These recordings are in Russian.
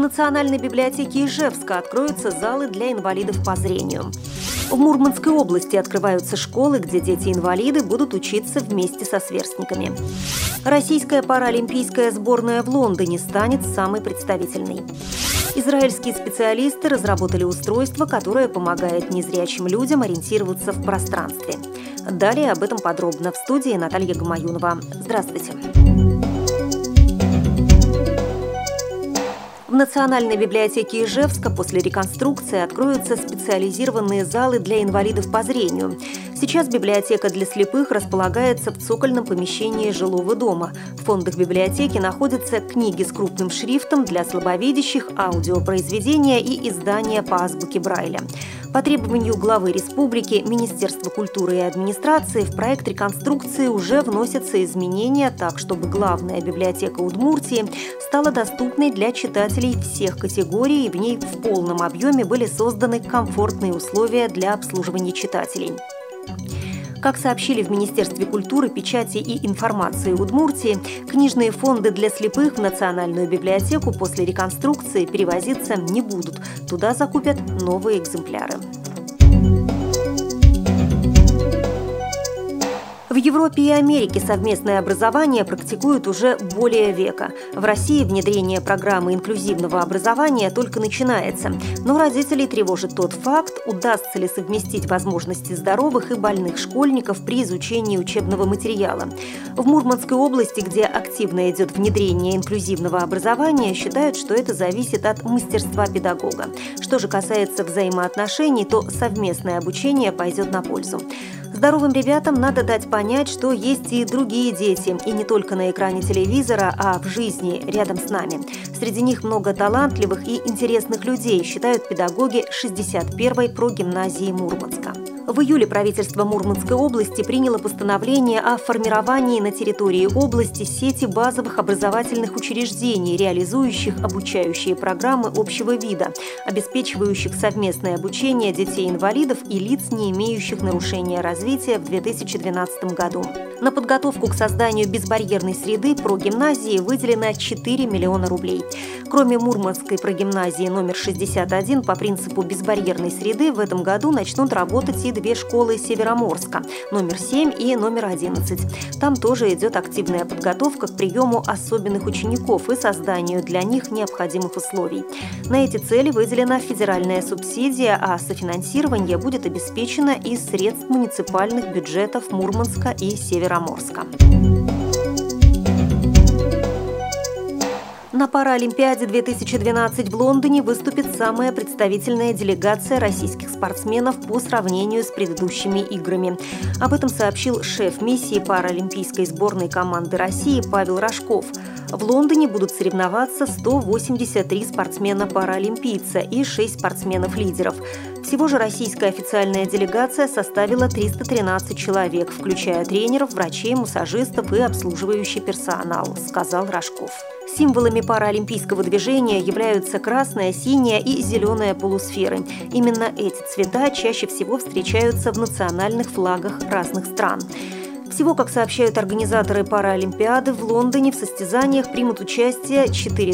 Национальной библиотеке Ижевска откроются залы для инвалидов по зрению. В Мурманской области открываются школы, где дети-инвалиды будут учиться вместе со сверстниками. Российская паралимпийская сборная в Лондоне станет самой представительной. Израильские специалисты разработали устройство, которое помогает незрячим людям ориентироваться в пространстве. Далее об этом подробно в студии Наталья Гамаюнова. Здравствуйте. В Национальной библиотеке Ижевска после реконструкции откроются специализированные залы для инвалидов по зрению. Сейчас библиотека для слепых располагается в цокольном помещении жилого дома. В фондах библиотеки находятся книги с крупным шрифтом для слабовидящих, аудиопроизведения и издания по азбуке Брайля. По требованию главы республики, Министерства культуры и администрации в проект реконструкции уже вносятся изменения так, чтобы главная библиотека Удмуртии стала доступной для читателей всех категорий, и в ней в полном объеме были созданы комфортные условия для обслуживания читателей. Как сообщили в Министерстве культуры, печати и информации Удмуртии, книжные фонды для слепых в Национальную библиотеку после реконструкции перевозиться не будут. Туда закупят новые экземпляры. В Европе и Америке совместное образование практикуют уже более века. В России внедрение программы инклюзивного образования только начинается. Но родителей тревожит тот факт, удастся ли совместить возможности здоровых и больных школьников при изучении учебного материала. В Мурманской области, где активно идет внедрение инклюзивного образования, считают, что это зависит от мастерства педагога. Что же касается взаимоотношений, то совместное обучение пойдет на пользу. Здоровым ребятам надо дать понять, что есть и другие дети, и не только на экране телевизора, а в жизни, рядом с нами. Среди них много талантливых и интересных людей, считают педагоги 61-й прогимназии Мурманска. В июле правительство Мурманской области приняло постановление о формировании на территории области сети базовых образовательных учреждений, реализующих обучающие программы общего вида, обеспечивающих совместное обучение детей-инвалидов и лиц, не имеющих нарушения развития в 2012 году. На подготовку к созданию безбарьерной среды прогимназии выделено 4 миллиона рублей. Кроме Мурманской прогимназии номер 61, по принципу безбарьерной среды в этом году начнут работать и две школы Североморска – номер 7 и номер 11. Там тоже идет активная подготовка к приему особенных учеников и созданию для них необходимых условий. На эти цели выделена федеральная субсидия, а софинансирование будет обеспечено из средств муниципальных бюджетов Мурманска и Североморска. На Паралимпиаде 2012 в Лондоне выступит самая представительная делегация российских спортсменов по сравнению с предыдущими играми. Об этом сообщил шеф миссии паралимпийской сборной команды России Павел Рожков. В Лондоне будут соревноваться 183 спортсмена-паралимпийца и 6 спортсменов-лидеров. Всего же российская официальная делегация составила 313 человек, включая тренеров, врачей, массажистов и обслуживающий персонал, сказал Рожков. Символами паралимпийского движения являются красная, синяя и зеленая полусферы. Именно эти цвета чаще всего встречаются в национальных флагах разных стран. Всего, как сообщают организаторы Паралимпиады, в Лондоне в состязаниях примут участие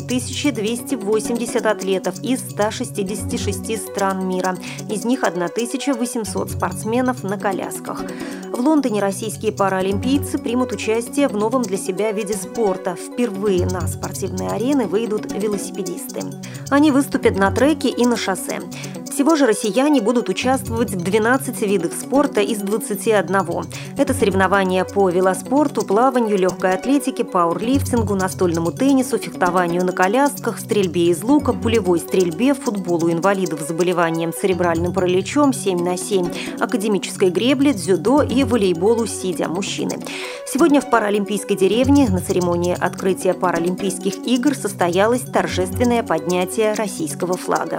4280 атлетов из 166 стран мира. Из них 1800 спортсменов на колясках. В Лондоне российские паралимпийцы примут участие в новом для себя виде спорта. Впервые на спортивные арены выйдут велосипедисты. Они выступят на треке и на шоссе. Всего же россияне будут участвовать в 12 видах спорта из 21. Это соревнования по велоспорту, плаванию, легкой атлетике, пауэрлифтингу, настольному теннису, фехтованию на колясках, стрельбе из лука, пулевой стрельбе, футболу инвалидов с заболеванием церебральным параличом 7х7, академической гребле, дзюдо и волейболу сидя мужчины. Сегодня в Паралимпийской деревне на церемонии открытия Паралимпийских игр состоялось торжественное поднятие российского флага.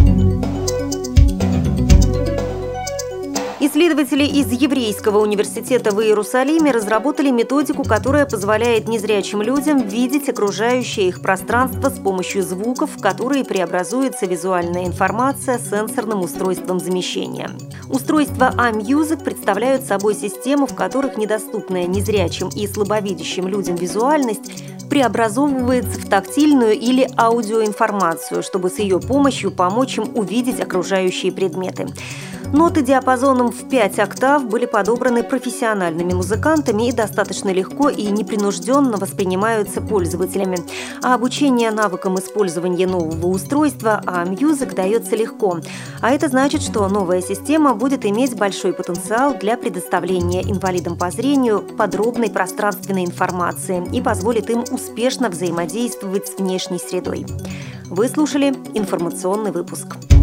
Исследователи из Еврейского университета в Иерусалиме разработали методику, которая позволяет незрячим людям видеть окружающее их пространство с помощью звуков, в которые преобразуется визуальная информация сенсорным устройством замещения. Устройства iMusic представляют собой систему, в которых недоступная незрячим и слабовидящим людям визуальность преобразовывается в тактильную или аудиоинформацию, чтобы с ее помощью помочь им увидеть окружающие предметы. Ноты диапазоном в 5 октав были подобраны профессиональными музыкантами и достаточно легко и непринужденно воспринимаются пользователями. А обучение навыкам использования нового устройства iMusic дается легко. А это значит, что новая система будет иметь большой потенциал для предоставления инвалидам по зрению подробной пространственной информации и позволит им успешно взаимодействовать с внешней средой. Вы слушали информационный выпуск.